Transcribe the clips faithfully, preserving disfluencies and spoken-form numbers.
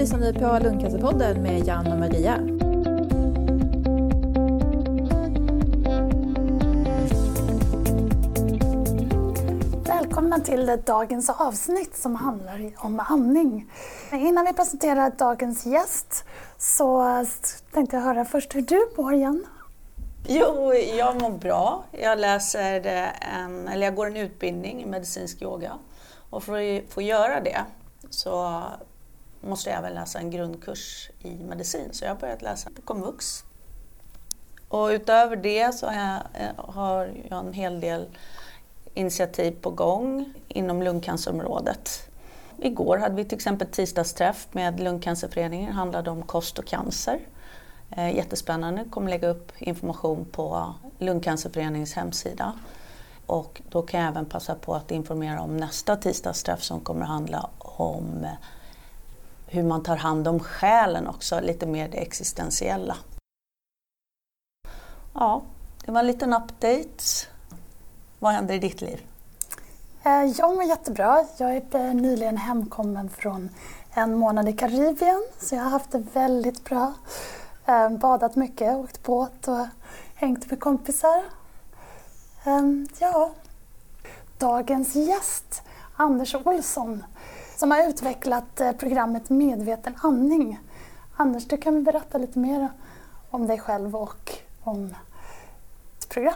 lyssnar ni på Lungcancerpodden med Jan och Maria. Välkomna till dagens avsnitt som handlar om andning. Innan vi presenterar dagens gäst så tänkte jag höra först hur du mår, Jan. Jo, jag mår bra. Jag läser en, eller jag går en utbildning i medicinsk yoga. Och för att få göra det så måste jag även läsa en grundkurs i medicin. Så jag har börjat läsa på komvux. Och utöver det så har jag, har jag en hel del initiativ på gång inom lungcancerområdet. Igår hade vi till exempel tisdagsträff med Lungcancerföreningen. Det handlade om kost och cancer. Jättespännande. Jag kommer lägga upp information på Lungcancerföreningens hemsida. Och då kan jag även passa på att informera om nästa tisdagsträff som kommer att handla om hur man tar hand om själen också. Lite mer det existentiella. Ja, det var en liten update. Vad händer i ditt liv? Jag mår jättebra. Jag är nyligen hemkommen från en månad i Karibien. Så jag har haft det väldigt bra. Badat mycket, åkt båt och hängt med kompisar. Ja. Dagens gäst, Anders Olsson, som har utvecklat programmet Medveten andning. Anders, du kan berätta lite mer om dig själv och om ditt program.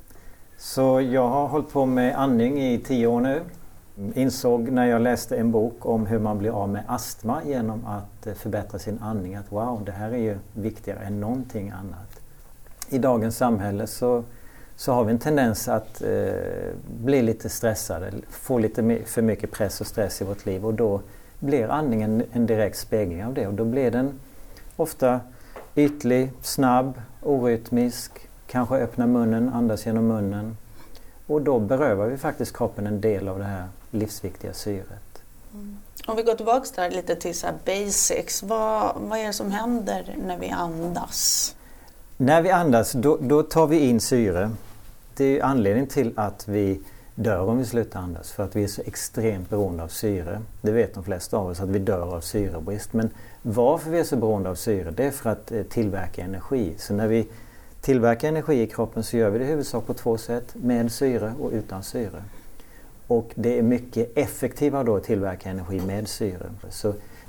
Så jag har hållit på med andning i tio år nu. Insåg när jag läste en bok om hur man blir av med astma genom att förbättra sin andning att wow, det här är ju viktigare än någonting annat. I dagens samhälle så, så har vi en tendens att eh, bli lite stressade, få lite för mycket press och stress i vårt liv och då blir andningen en direkt spegling av det och då blir den ofta ytlig, snabb, orytmisk, kanske öppna munnen, andas genom munnen. Och då berövar vi faktiskt kroppen en del av det här livsviktiga syret. Mm. Om vi går tillbaka där lite till så här basics. Vad, vad är det som händer när vi andas? När vi andas då, då tar vi in syre. Det är anledningen till att vi dör om vi slutar andas. För att vi är så extremt beroende av syre. Det vet de flesta av oss att vi dör av syrebrist. Men varför vi är så beroende av syre det är för att eh, tillverka energi. Så när vi tillverkar energi i kroppen så gör vi det i huvudsak på två sätt. Med syre och utan syre. Och det är mycket effektivare då att tillverka energi med syre. Så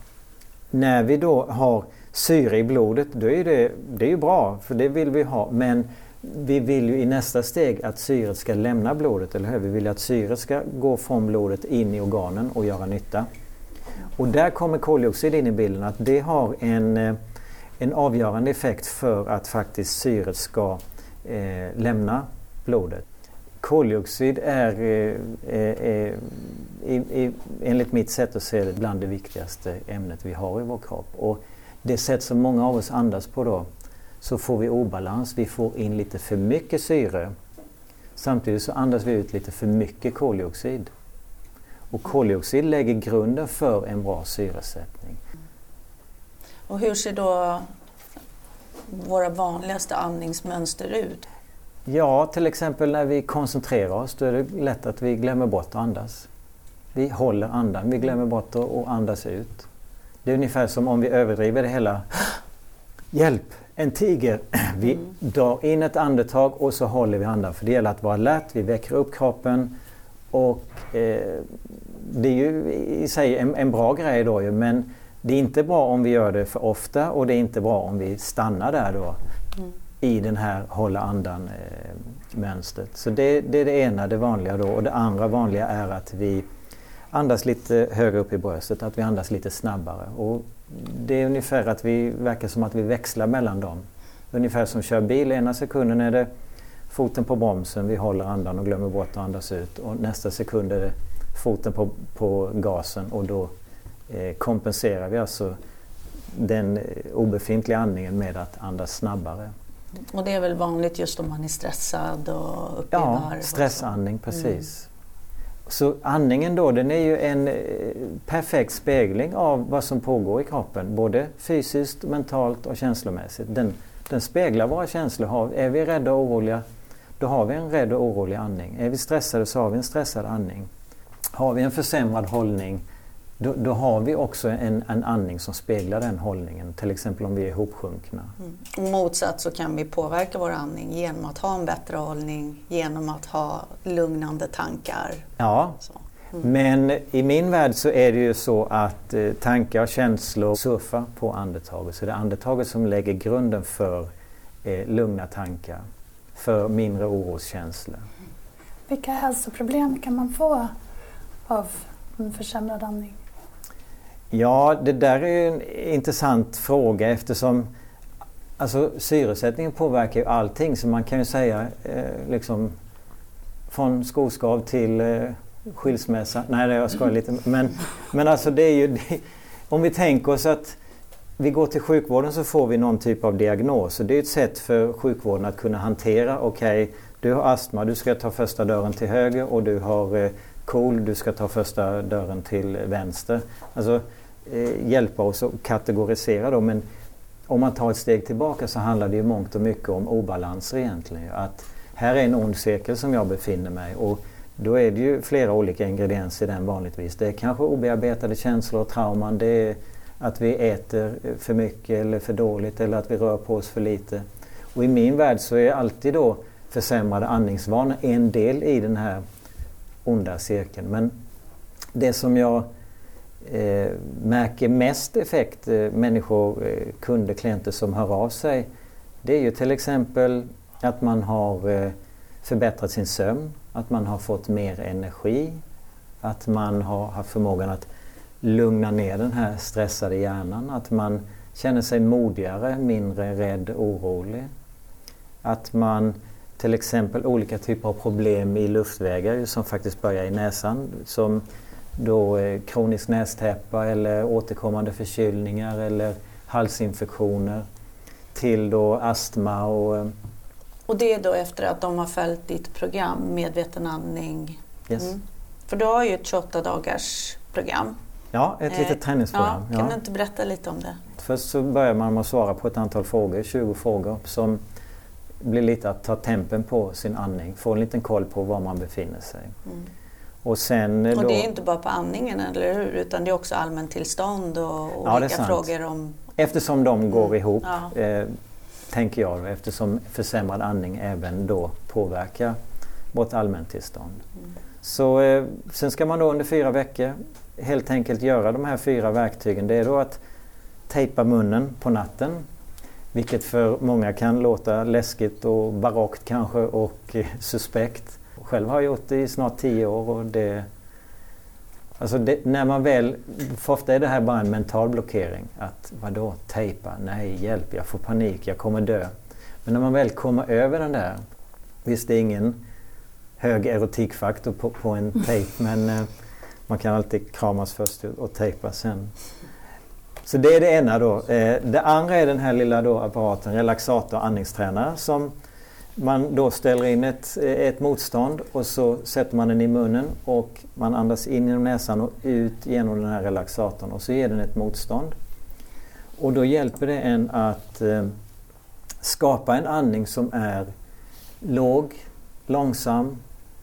när vi då har syre i blodet då är det, det är ju bra för det vill vi ha. Men vi vill ju i nästa steg att syret ska lämna blodet, eller hur? Vi vill att syret ska gå från blodet in i organen och göra nytta. Och där kommer koldioxid in i bilden att det har en... En avgörande effekt för att faktiskt syret ska eh, lämna blodet. Koldioxid är, eh, eh, i, i, enligt mitt sätt att se det, bland det viktigaste ämnet vi har i vår kropp. Och det sätt som många av oss andas på då, så får vi obalans. Vi får in lite för mycket syre. Samtidigt så andas vi ut lite för mycket koldioxid. Och koldioxid lägger grunden för en bra syresättning. Och hur ser då våra vanligaste andningsmönster ut? Ja, till exempel när vi koncentrerar oss då är det lätt att vi glömmer bort att andas. Vi håller andan, vi glömmer bort att andas ut. Det är ungefär som om vi överdriver det hela. Hjälp, en tiger. Vi mm. drar in ett andetag och så håller vi andan. För det gäller att vara alert, vi väcker upp kroppen. Och eh, det är ju i sig en, en bra grej då ju, men det är inte bra om vi gör det för ofta och det är inte bra om vi stannar där då mm. i den här hålla andan eh, mönstret. Så det, det är det ena, det vanliga då. Och det andra vanliga är att vi andas lite högre upp i bröstet, att vi andas lite snabbare. Och det är ungefär att vi verkar som att vi växlar mellan dem. Ungefär som kör bil, ena sekunden är det foten på bromsen, vi håller andan och glömmer bort att andas ut. Och nästa sekund är det foten på, på gasen och då eh, kompenserar vi alltså den obefintliga andningen med att andas snabbare. Och det är väl vanligt just om man är stressad och uppe i ja, varv? Ja, stressandning, precis. Mm. Så andningen då, den är ju en perfekt spegling av vad som pågår i kroppen. Både fysiskt, mentalt och känslomässigt. Den, den speglar våra känslor. Är vi rädda och oroliga, då har vi en rädd och orolig andning. Är vi stressade så har vi en stressad andning. Har vi en försämrad hållning, då, då har vi också en, en andning som speglar den hållningen. Till exempel om vi är ihopsjunkna. Mm. Motsatt så kan vi påverka vår andning genom att ha en bättre hållning, genom att ha lugnande tankar. Ja, mm. Men i min värld så är det ju så att eh, tankar och känslor surfar på andetaget. Så det är andetaget som lägger grunden för eh, lugna tankar, för mindre oroskänslor. Vilka hälsoproblem kan man få av en försämrad andning? Ja, det där är en intressant fråga eftersom alltså, syresättningen påverkar ju allting. Så man kan ju säga eh, liksom från skoskav till eh, skilsmässa. Nej, det jag skojar lite. Men, men alltså det är ju... Det, om vi tänker oss att vi går till sjukvården så får vi någon typ av diagnos. Och det är ett sätt för sjukvården att kunna hantera. Okej, okay, du har astma, du ska ta första dörren till höger och du har eh, KOL, du ska ta första dörren till vänster. Alltså eh, hjälpa oss att kategorisera då. Men om man tar ett steg tillbaka så handlar det ju mångt och mycket om obalanser egentligen. Att här är en ond cirkel som jag befinner mig och då är det ju flera olika ingredienser i den vanligtvis. Det är kanske obearbetade känslor och trauman. Det är att vi äter för mycket eller för dåligt eller att vi rör på oss för lite. Och i min värld så är alltid då försämrade andningsvanor en del i den här onda cirkeln. Men det som jag eh, märker mest effekt, eh, människor, eh, kunder, klienter som hör av sig, det är ju till exempel att man har eh, förbättrat sin sömn, att man har fått mer energi, att man har haft förmågan att lugna ner den här stressade hjärnan, att man känner sig modigare, mindre rädd, orolig. Att man till exempel olika typer av problem i luftvägar som faktiskt börjar i näsan, som då eh, kronisk nästäppa eller återkommande förkylningar eller halsinfektioner, till då astma och... Eh, och det är då efter att de har följt ditt program, medveten andning. Yes. Mm. För du har ju ett tjugoåtta dagars program. Ja, ett litet träningsprogram. Ja, kan ja. du inte berätta lite om det? Först så börjar man med att svara på ett antal frågor, tjugo frågor, som blir lite att ta tempen på sin andning, få en liten koll på var man befinner sig. Mm. Och, sen då, och det är inte bara på andningen, eller hur? Utan det är också allmäntillstånd och olika ja, frågor om... Eftersom de går mm. ihop, ja. eh, tänker jag, eftersom försämrad andning även då påverkar vårt allmäntillstånd. Mm. Så eh, sen ska man då under fyra veckor helt enkelt göra de här fyra verktygen. Det är då att tejpa munnen på natten, vilket för många kan låta läskigt och barockt kanske och eh, suspekt. Själv har jag gjort det i snart tio år och det... Alltså det, när man väl... För ofta är det här bara en mental blockering. Att vadå, tejpa? Nej, hjälp, jag får panik, jag kommer dö. Men när man väl kommer över den där... Visst, det är ingen hög erotikfaktor på, på en tejp, men eh, man kan alltid kramas först och tejpa sen. Så det är det ena då. Eh, det andra är den här lilla då apparaten, relaxator andningstränare, som man då ställer in ett, ett motstånd och så sätter man den i munnen och man andas in genom näsan och ut genom den här relaxatorn och så ger den ett motstånd. Och då hjälper det en att eh, skapa en andning som är låg, långsam,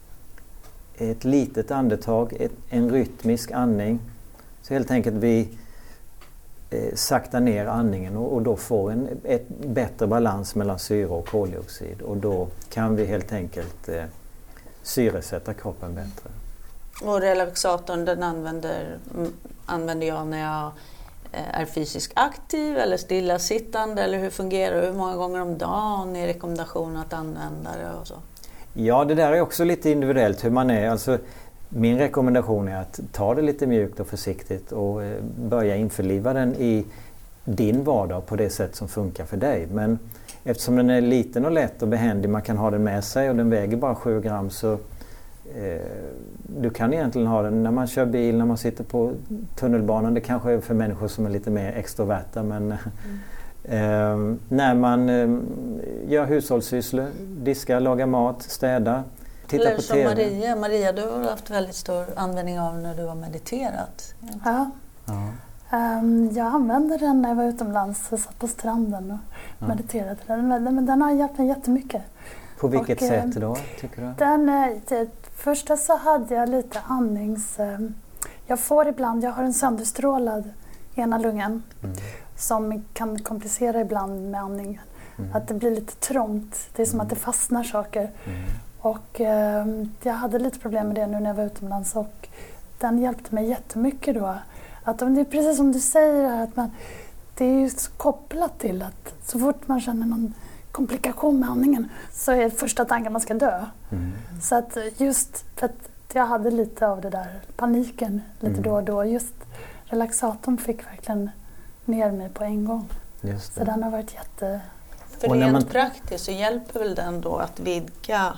ett litet andetag, ett, en rytmisk andning. Så helt enkelt vi eh, saktar ner andningen och, och då får en ett bättre balans mellan syre och koldioxid. Och då kan vi helt enkelt eh, syresätta kroppen bättre. Och relaxatorn, den använder, använder jag när jag är fysiskt aktiv eller stillasittande, eller hur fungerar det? Hur många gånger om dagen är rekommendationen att använda det och så? Ja, det där är också lite individuellt hur man är. Alltså, min rekommendation är att ta det lite mjukt och försiktigt och eh, börja införliva den i din vardag på det sätt som funkar för dig. Men eftersom den är liten och lätt och behändig, man kan ha den med sig och den väger bara sju gram, så eh, du kan egentligen ha den när man kör bil, när man sitter på tunnelbanan. Det kanske är för människor som är lite mer extroverta, men mm. Eh, när man eh, gör hushållssysslor, diskar, lagar mat, städar, tittar eller på som T V. Maria. Maria, du har haft väldigt stor användning av när du har mediterat. Ja. Ja. Um, jag använde den när jag var utomlands och satt på stranden och ja. mediterade. Den, men den har hjälpt mig jättemycket. På vilket och, sätt då, tycker du? Den, det, första så hade jag lite andnings... jag får ibland, jag har en sönderstrålad ena lungan Mm. som kan komplicera ibland med andningen. Mm. Att det blir lite trångt. Det är som Mm. att det fastnar saker. Mm. Och eh, jag hade lite problem med det nu när jag var utomlands och den hjälpte mig jättemycket då. Att det är precis som du säger här, att man, det är ju kopplat till att så fort man känner någon komplikation med andningen så är första tanken att man ska dö. Mm. Så att just för att jag hade lite av det där paniken lite Mm. då och då. Just relaxatorn fick verkligen ner mig på en gång. Just Så det. den har varit jätte... För Och när rent man- praktiskt så hjälper väl den då att vidga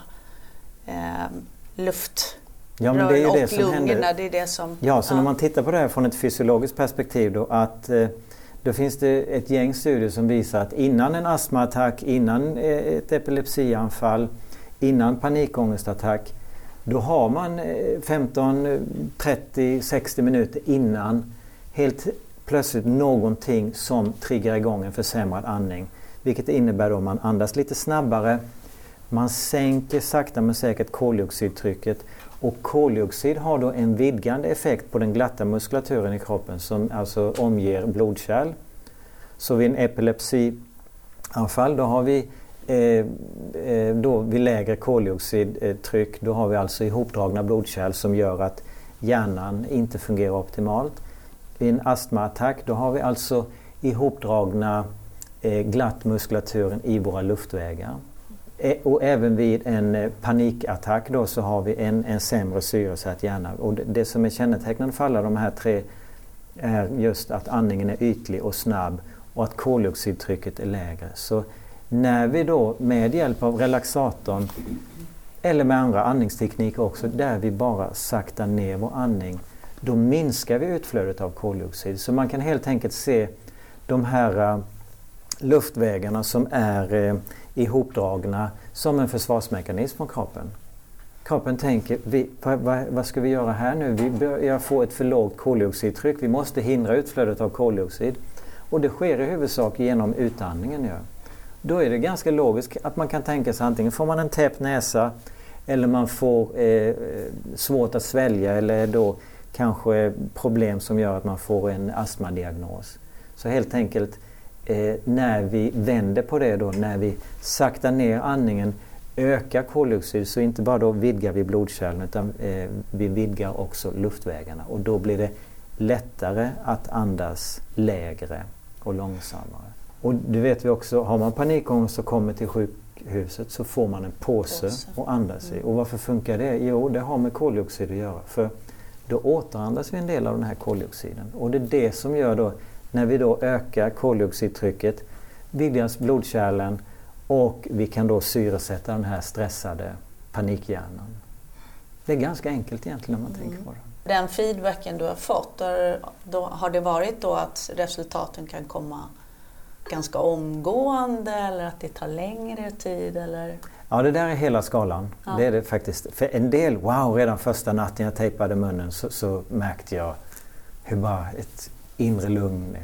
eh, luft Ja, men det är ju och det som lungorna. händer. Det är det som, Ja, så när man tittar på det här från ett fysiologiskt perspektiv då, att eh, då finns det ett gäng studier som visar att innan en astmaattack, innan eh, ett epilepsianfall, innan panikångestattack, då har man eh, femton, trettio, sextio minuter innan helt plötsligt någonting som triggar igång en försämrad andning. Vilket innebär då att man andas lite snabbare, man sänker sakta men säkert koldioxidtrycket. Och koldioxid har då en vidgande effekt på den glatta muskulaturen i kroppen som alltså omger blodkärl. Så vid en epilepsianfall då har vi eh, eh, då vid lägre koldioxidtryck då har vi alltså ihopdragna blodkärl som gör att hjärnan inte fungerar optimalt. Vid en astmaattack då har vi alltså ihopdragna eh, glatt muskulaturen i våra luftvägar. Och även vid en panikattack då så har vi en, en sämre syresatt hjärna. Och det, det som är kännetecknande för alla de här tre är just att andningen är ytlig och snabb och att koldioxidtrycket är lägre. Så när vi då med hjälp av relaxatorn eller med andra andningstekniker också, där vi bara saktar ner vår andning, då minskar vi utflödet av koldioxid. Så man kan helt enkelt se de här uh, luftvägarna som är uh, ihopdragna som en försvarsmekanism från kroppen. Kroppen tänker, vi, vad, vad, vad ska vi göra här nu? Vi börjar få ett för lågt koldioxidtryck. Vi måste hindra utflödet av koldioxid. Och det sker i huvudsak genom utandningen. Ja. Då är det ganska logiskt att man kan tänka sig antingen får man en täppt näsa eller man får eh, svårt att svälja eller då kanske problem som gör att man får en astmadiagnos. Så helt enkelt Eh, när vi vänder på det då, när vi saktar ner andningen, ökar koldioxid, så inte bara då vidgar vi blodkärlen utan eh, vi vidgar också luftvägarna och då blir det lättare att andas lägre och långsammare. Och du vet vi också, har man panikångest och kommer till sjukhuset så får man en påse att andas i. Och varför funkar det? Jo, det har med koldioxid att göra, för då återandas vi en del av den här koldioxiden och det är det som gör då när vi då ökar koldioxidtrycket, vidgas blodkärlen och vi kan då syresätta den här stressade panikhjärnan. Det är ganska enkelt egentligen när man mm. tänker på det. Den feedbacken du har fått, då, då, har det varit då att resultaten kan komma ganska omgående eller att det tar längre tid? Eller? Ja, det där är hela skalan. Ja. Det är det faktiskt. För en del, wow, redan första natten jag tejpade munnen så, så märkte jag hur bara ett inre lugn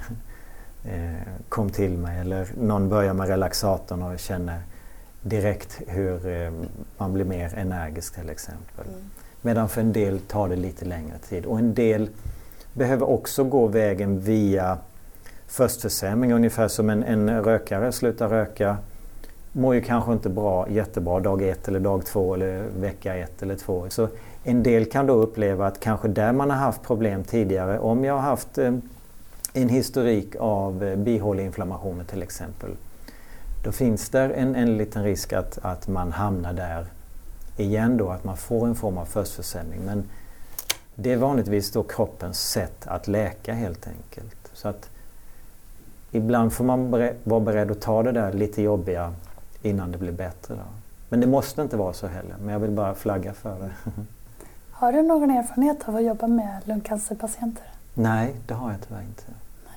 eh, eh, kom till mig, eller någon börjar med relaxatorn och känner direkt hur eh, man blir mer energisk till exempel. Mm. Medan för en del tar det lite längre tid och en del behöver också gå vägen via förstförsämring, ungefär som en, en rökare slutar röka, mår ju kanske inte bra, jättebra dag ett eller dag två eller vecka ett eller två. Så en del kan då uppleva att kanske där man har haft problem tidigare, om jag har haft eh, en historik av eh, bihåleinflammationer till exempel, då finns det en, en liten risk att, att man hamnar där igen då, att man får en form av förstförsämring. Men det är vanligtvis då kroppens sätt att läka helt enkelt. Så att ibland får man ber- vara beredd att ta det där lite jobbiga innan det blir bättre. Då. Men det måste inte vara så heller, men jag vill bara flagga för det. Har du någon erfarenhet av att jobba med lungcancerpatienter? Nej, det har jag tyvärr inte.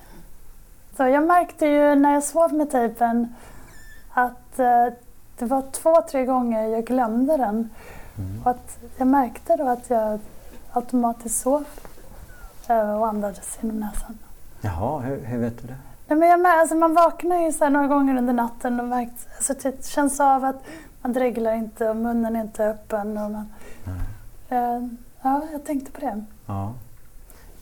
Så jag märkte ju när jag sov med tejpen att eh, det var två, tre gånger jag glömde den. Mm. Och att jag märkte då att jag automatiskt sov eh, och andades genom näsan. Jaha, hur, hur vet du det? Nej, men jag mär, alltså man vaknar ju så här några gånger under natten och märkt, alltså det känns av att man dreglar inte och munnen är inte öppen. Och man, eh, ja, jag tänkte på det. Ja.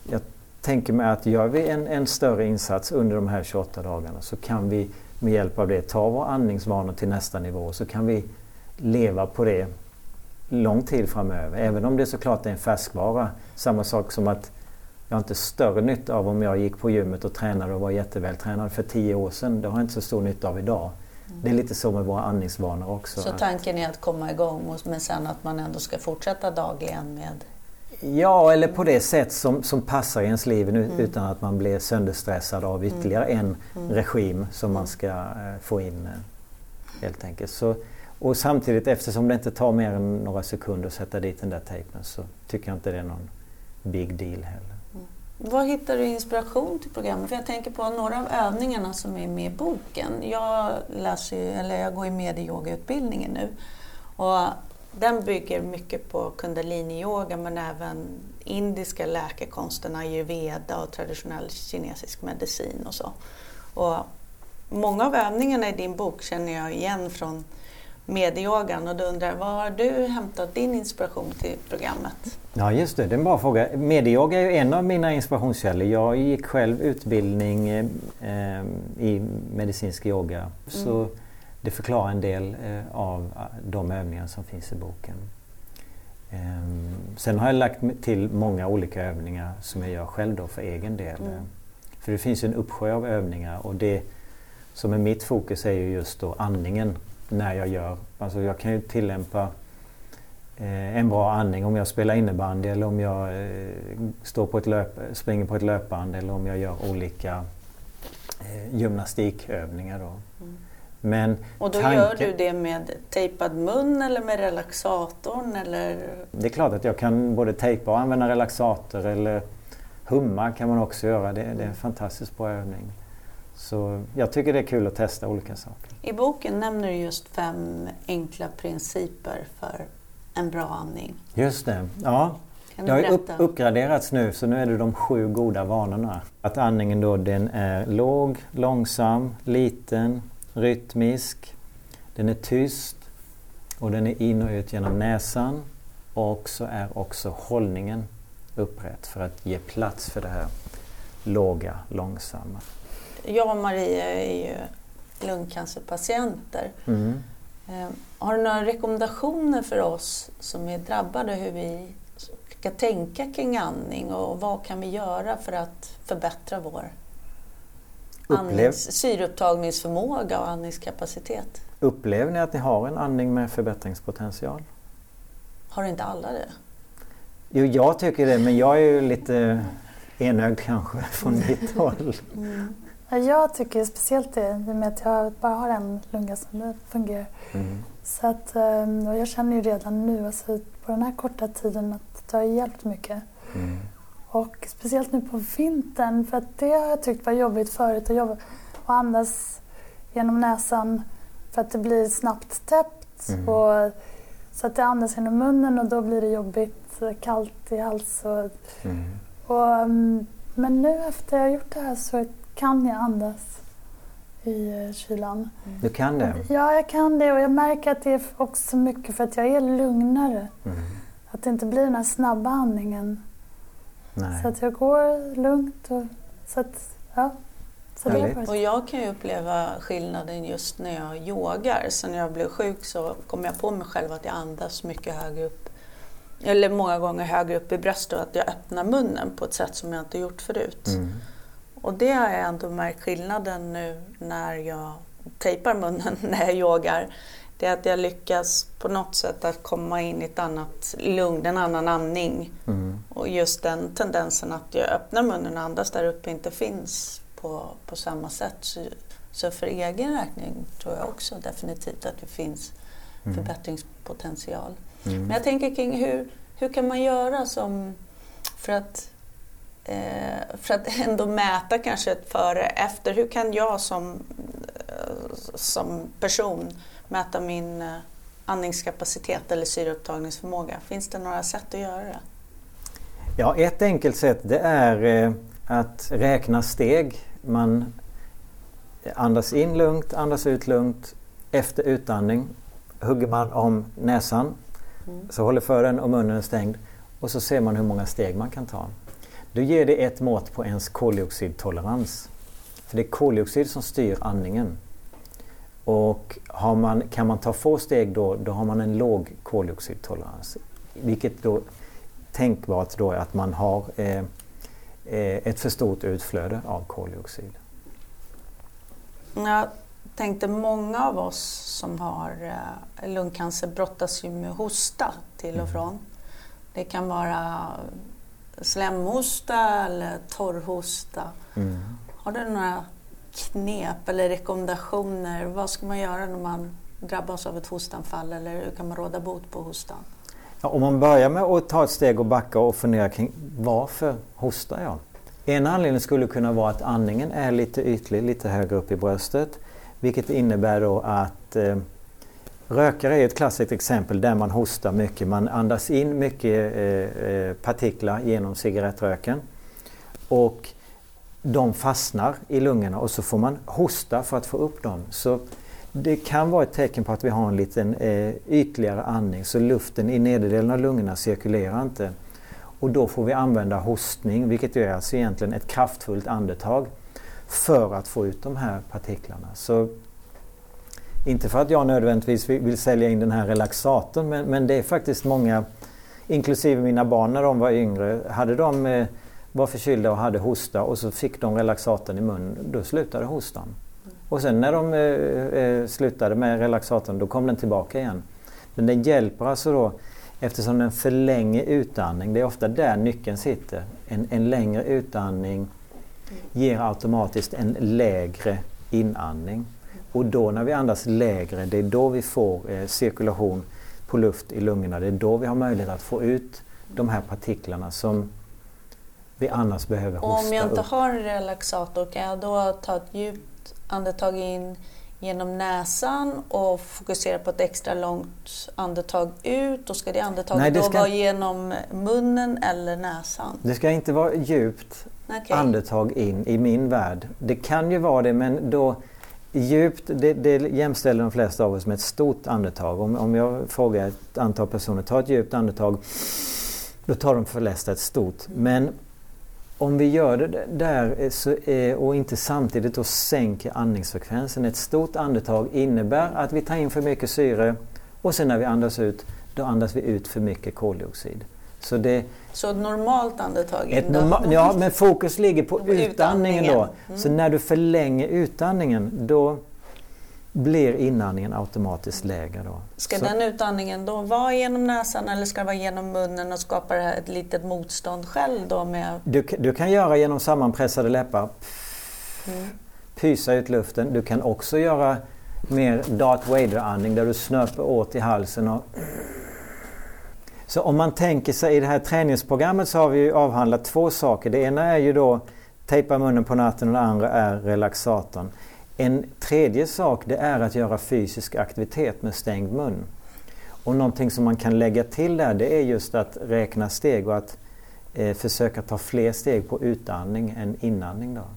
jag tänker mig att gör vi en, en större insats under de här tjugoåtta dagarna så kan vi med hjälp av det ta våra andningsvanor till nästa nivå, så kan vi leva på det lång tid framöver. Även om det såklart är en färskvara. Samma sak som att jag har inte större nytta av om jag gick på gymmet och tränade och var jättevältränad för tio år sedan. Det har jag inte så stor nytta av idag. Mm. Det är lite så med våra andningsvanor också. Så tanken är att komma igång men sen att man ändå ska fortsätta dagligen med... Ja, eller på det sätt som, som passar i ens liv nu, mm. utan att man blir sönderstressad av ytterligare mm. en mm. regim som man ska eh, få in eh, helt enkelt. Så, och samtidigt, eftersom det inte tar mer än några sekunder att sätta dit den där tejpen, så tycker jag inte det är någon big deal heller. Mm. Vad hittar du inspiration till programmet? För jag tänker på några av övningarna som är med i boken. Jag, läser, eller jag går i medieyogautbildningen nu. Och den bygger mycket på kundalini-yoga men även indiska läkekonsten, ayurveda och traditionell kinesisk medicin och så. Och många av övningarna i din bok känner jag igen från medieyogan och då undrar, var har du hämtat din inspiration till programmet? Ja just det, det är en bra fråga. Medieyoga är ju en av mina inspirationskällor. Jag gick själv utbildning eh, i medicinsk yoga. Mm. Så det förklarar en del eh, av de övningar som finns i boken. Ehm, sen har jag lagt till många olika övningar som jag gör själv då för egen del. Mm. För det finns en uppsjö av övningar och det som är mitt fokus är ju just då andningen när jag gör. Alltså jag kan ju tillämpa eh, en bra andning om jag spelar innebandy eller om jag eh, står på ett löp, springer på ett löpband eller om jag gör olika eh, gymnastikövningar då. Mm. Men och då tanken... gör du det med tejpad mun eller med relaxatorn? Eller? Det är klart att jag kan både tejpa och använda relaxator eller humma kan man också göra. Det, det är en fantastiskt bra övning. Så jag tycker det är kul att testa olika saker. I boken nämner du just fem enkla principer för en bra andning. Just det, ja. Det har upp, uppgraderats nu så nu är det de sju goda vanorna. Att andningen då den är låg, långsam, liten, rytmisk, den är tyst och den är in och ut genom näsan och så är också hållningen upprätt för att ge plats för det här låga, långsamma. Jag och Maria är ju lungcancerpatienter. Mm. Eh, har du några rekommendationer för oss som är drabbade hur vi ska tänka kring andning och vad kan vi göra för att förbättra vår andnings, syreupptagningsförmåga och andningskapacitet? Upplever ni att ni har en andning med förbättringspotential? Har inte alla det? Jo, jag tycker det, men jag är ju lite enögd kanske från mitt håll. Mm. Jag tycker speciellt det, i och med att jag bara har en lunga som fungerar. Mm. Så att, och jag känner ju redan nu, alltså på den här korta tiden, att det har hjälpt mycket. Mm. Och speciellt nu på vintern, för att det har jag tyckt var jobbigt förut att jobba och andas genom näsan för att det blir snabbt täppt. Mm. Och, så att det andas genom munnen och då blir det jobbigt, kallt i hals. Och, mm. och, men nu efter jag har gjort det här så kan jag andas i kylan. Mm. Du kan det? Ja, jag kan det och jag märker att det är också mycket för att jag är lugnare. Mm. Att det inte blir den här snabba andningen. Nej. Så att jag går lugnt och så att, ja. Så det är och jag kan ju uppleva skillnaden just när jag yogar. Så när jag blev sjuk så kom jag på mig själv att jag andas mycket högre upp. Eller många gånger högre upp i bröstet och att jag öppnar munnen på ett sätt som jag inte gjort förut. Mm. Och det har jag ändå märkt skillnaden nu när jag tejpar munnen när jag yogar. Det är att jag lyckas på något sätt att komma in i ett annat lugn, en annan andning. Mm. Och just den tendensen att jag öppnar munnen och andas där uppe inte finns på, på samma sätt. Så, så för egen räkning tror jag också definitivt att det finns mm. förbättringspotential. Mm. Men jag tänker kring hur, hur kan man göra som för att för att ändå mäta kanske ett före efter. Hur kan jag som, som person mäta min andningskapacitet eller syreupptagningsförmåga? Finns det några sätt att göra det? Ja, ett enkelt sätt det är att räkna steg. Man andas in lugnt, andas ut lugnt. Efter utandning hugger man om näsan. Mm. Så håller för den och munnen är stängd. Och så ser man hur många steg man kan ta. då ger det ett mått på ens koldioxidtolerans. För det är koldioxid som styr andningen. Och har man, kan man ta få steg då, då har man en låg koldioxidtolerans. Vilket då tänkbart då är att man har eh, ett för stort utflöde av koldioxid. Jag tänkte många av oss som har eh, lungcancer brottas ju med hosta till och från. Mm. Det kan vara slemhosta eller torrhosta. Mm. Har du några knep eller rekommendationer? Vad ska man göra när man drabbas av ett hostanfall, eller hur kan man råda bot på hostan? Ja, om man börjar med att ta ett steg och backa och fundera kring varför hostar jag? En anledning skulle kunna vara att andningen är lite ytlig, lite högre upp i bröstet. Vilket innebär då att eh, rökare är ett klassiskt exempel där man hostar mycket. Man andas in mycket eh, partiklar genom cigarettröken. Och de fastnar i lungorna och så får man hosta för att få upp dem. Så det kan vara ett tecken på att vi har en liten eh, ytligare andning, så luften i nederdelen av lungorna cirkulerar inte. Och då får vi använda hostning, vilket är alltså egentligen ett kraftfullt andetag för att få ut de här partiklarna. Så inte för att jag nödvändigtvis vill, vill sälja in den här relaxatorn, men, men det är faktiskt många, inklusive mina barn när de var yngre, hade de eh, var förkylda och hade hosta och så fick de relaxatorn i munnen, då slutade hostan. Och sen när de eh, slutade med relaxatorn, då kom den tillbaka igen. Men den hjälper alltså då, eftersom den förlänger utandning, det är ofta där nyckeln sitter. En, en längre utandning ger automatiskt en lägre inandning. Och då när vi andas lägre, det är då vi får eh, cirkulation på luft i lungorna. Det är då vi har möjlighet att få ut de här partiklarna som vi annars behöver hosta. Om jag inte upp. har en relaxator, kan jag då ta ett djupt andetag in genom näsan och fokusera på ett extra långt andetag ut? Och ska det andetaget Nej, det ska... då vara genom munnen eller näsan? Det ska inte vara djupt okay. andetag in i min värld. Det kan ju vara det, men då djupt, det, det jämställer de flesta av oss med ett stort andetag. Om, om jag frågar ett antal personer, ta ett djupt andetag, då tar de för läst ett stort. Men om vi gör det där så, och inte samtidigt då sänker andningsfrekvensen. Ett stort andetag innebär att vi tar in för mycket syre och sen när vi andas ut, då andas vi ut för mycket koldioxid. Så, det, så ett normalt andetag? Ett norma- ja, men fokus ligger på, på utandningen, utandningen då. Mm. Så när du förlänger utandningen, då blir inandningen automatiskt lägre då. Ska så. Den utandningen då vara genom näsan eller ska det vara genom munnen och skapa ett litet motstånd själv då med... Du, du kan göra genom sammanpressade läppar. Mm. Pysa ut luften. Du kan också göra mer Darth Vader-andning där du snöper åt i halsen och... Så om man tänker sig i det här träningsprogrammet så har vi ju avhandlat två saker. Det ena är ju då tejpa munnen på natten och det andra är relaxatorn. En tredje sak, det är att göra fysisk aktivitet med stängd mun. Och någonting som man kan lägga till där, det är just att räkna steg och att eh, försöka ta fler steg på utandning än inandning då.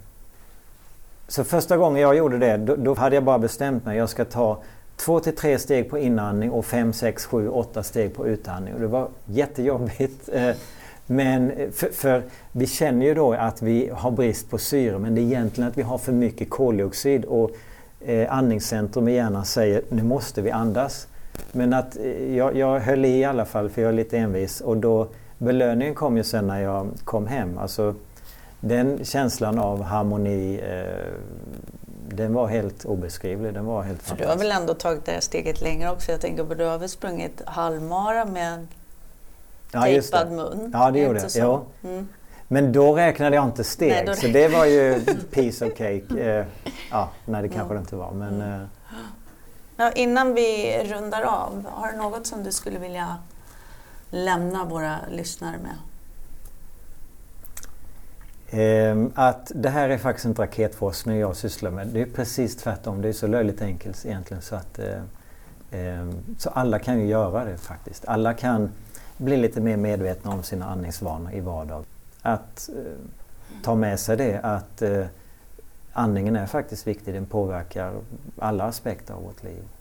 Så första gången jag gjorde det, då, då hade jag bara bestämt mig. Jag ska ta två till tre steg på inandning och fem, sex, sju, åtta steg på utandning. Och det var jättejobbigt. Eh, Men för, för vi känner ju då att vi har brist på syre, men det är egentligen att vi har för mycket koldioxid och eh, andningscentrum i hjärnan säger nu måste vi andas. Men att eh, jag, jag höll i i alla fall för jag är lite envis och då belöningen kom ju sen när jag kom hem. Alltså den känslan av harmoni, eh, den var helt obeskrivlig, den var helt fantastisk. Du har väl ändå tagit det här steget längre också? Jag tänker på du har väl sprungit halvmara med ja, tejpad mun. Ja, det gjorde jag. Ja. Mm. Men då räknade jag inte steg, nej, så det var ju piece of cake. Eh, ja, nej, det kanske mm. det inte var. Men, eh. ja, innan vi rundar av, har du något som du skulle vilja lämna våra lyssnare med? Eh, att det här är faktiskt en raketforskning jag sysslar med. Det är precis tvärtom. Det är så löjligt enkelt egentligen. Så, att, eh, eh, så alla kan ju göra det faktiskt. Alla kan bli lite mer medvetna om sina andningsvanor i vardag. Att eh, ta med sig det att eh, andningen är faktiskt viktig. Den påverkar alla aspekter av vårt liv.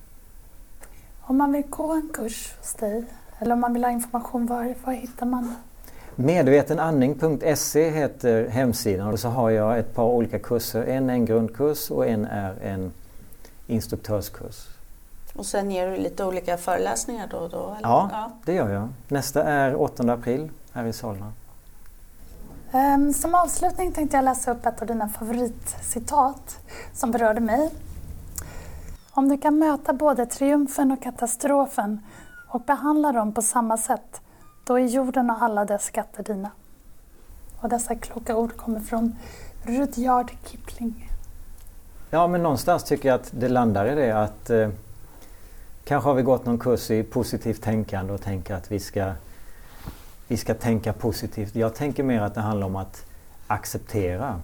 Om man vill gå en kurs hos dig eller om man vill ha information, var, var hittar man? medvetenandning punkt se heter hemsidan och så har jag ett par olika kurser. En är en grundkurs och en är en instruktörskurs. Och sen ger du lite olika föreläsningar då och då? Eller? Ja, ja, det gör jag. Nästa är åttonde april här i Solna. Um, som avslutning tänkte jag läsa upp ett av dina favoritcitat som berörde mig. Om du kan möta både triumfen och katastrofen och behandla dem på samma sätt, då är jorden och alla dess skatter dina. Och dessa kloka ord kommer från Rudyard Kipling. Ja, men någonstans tycker jag att det landar i det att eh, kanske har vi gått någon kurs i positivt tänkande och tänker att vi ska, vi ska tänka positivt. Jag tänker mer att det handlar om att acceptera.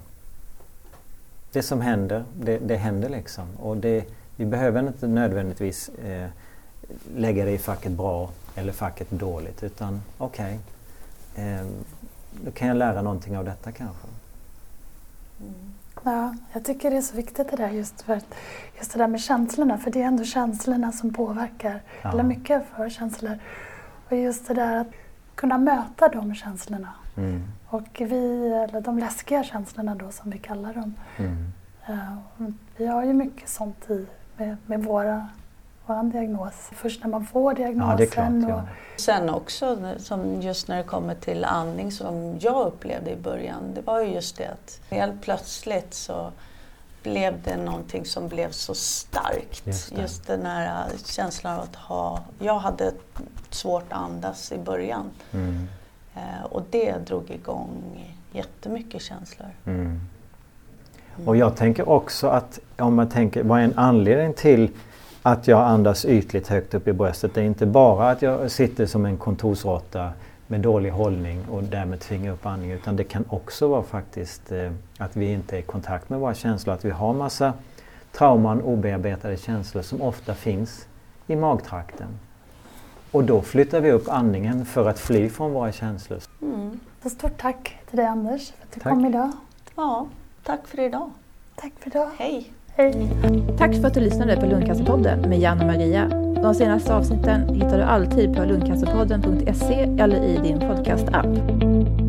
Det som händer, det, det händer liksom. Och det, vi behöver inte nödvändigtvis eh, lägga det i facket bra eller facket dåligt, utan okej, okay, eh, då kan jag lära någonting av detta kanske. Mm. Ja, jag tycker det är så viktigt det där just, för att, just det där med känslorna, för det är ändå känslorna som påverkar, ja. Eller mycket för känslor. Och just det där att kunna möta de känslorna. Mm. Och vi, eller de läskiga känslorna då som vi kallar dem. Mm. Uh, vi har ju mycket sånt i med, med våra vår diagnos. Först när man får diagnosen. Ja, det är klart, ja. Och sen också, som just när det kommer till andning som jag upplevde i början, det var ju just det att helt plötsligt så blev det någonting som blev så starkt. Just, just den här känslan av att ha, jag hade svårt att andas i början. Mm. Eh, och det drog igång jättemycket känslor. Mm. Mm. Och jag tänker också att om man tänker, vad är en anledning till att jag andas ytligt högt upp i bröstet? Det är inte bara att jag sitter som en kontorsråtta med dålig hållning och därmed tvingar upp andningen, utan det kan också vara faktiskt eh, att vi inte är i kontakt med våra känslor, att vi har massa trauman, obearbetade känslor som ofta finns i magtrakten. Och då flyttar vi upp andningen för att fly från våra känslor. Mm. Så stort tack till dig, Anders, för att du tack. kom idag. Ja, tack för idag. Tack för idag. Hej. Hej. Tack för att du lyssnade på Lungcancerpodden med Jan och Maria. De senaste avsnitten hittar du alltid på lungcancerpodden punkt se eller i din podcastapp.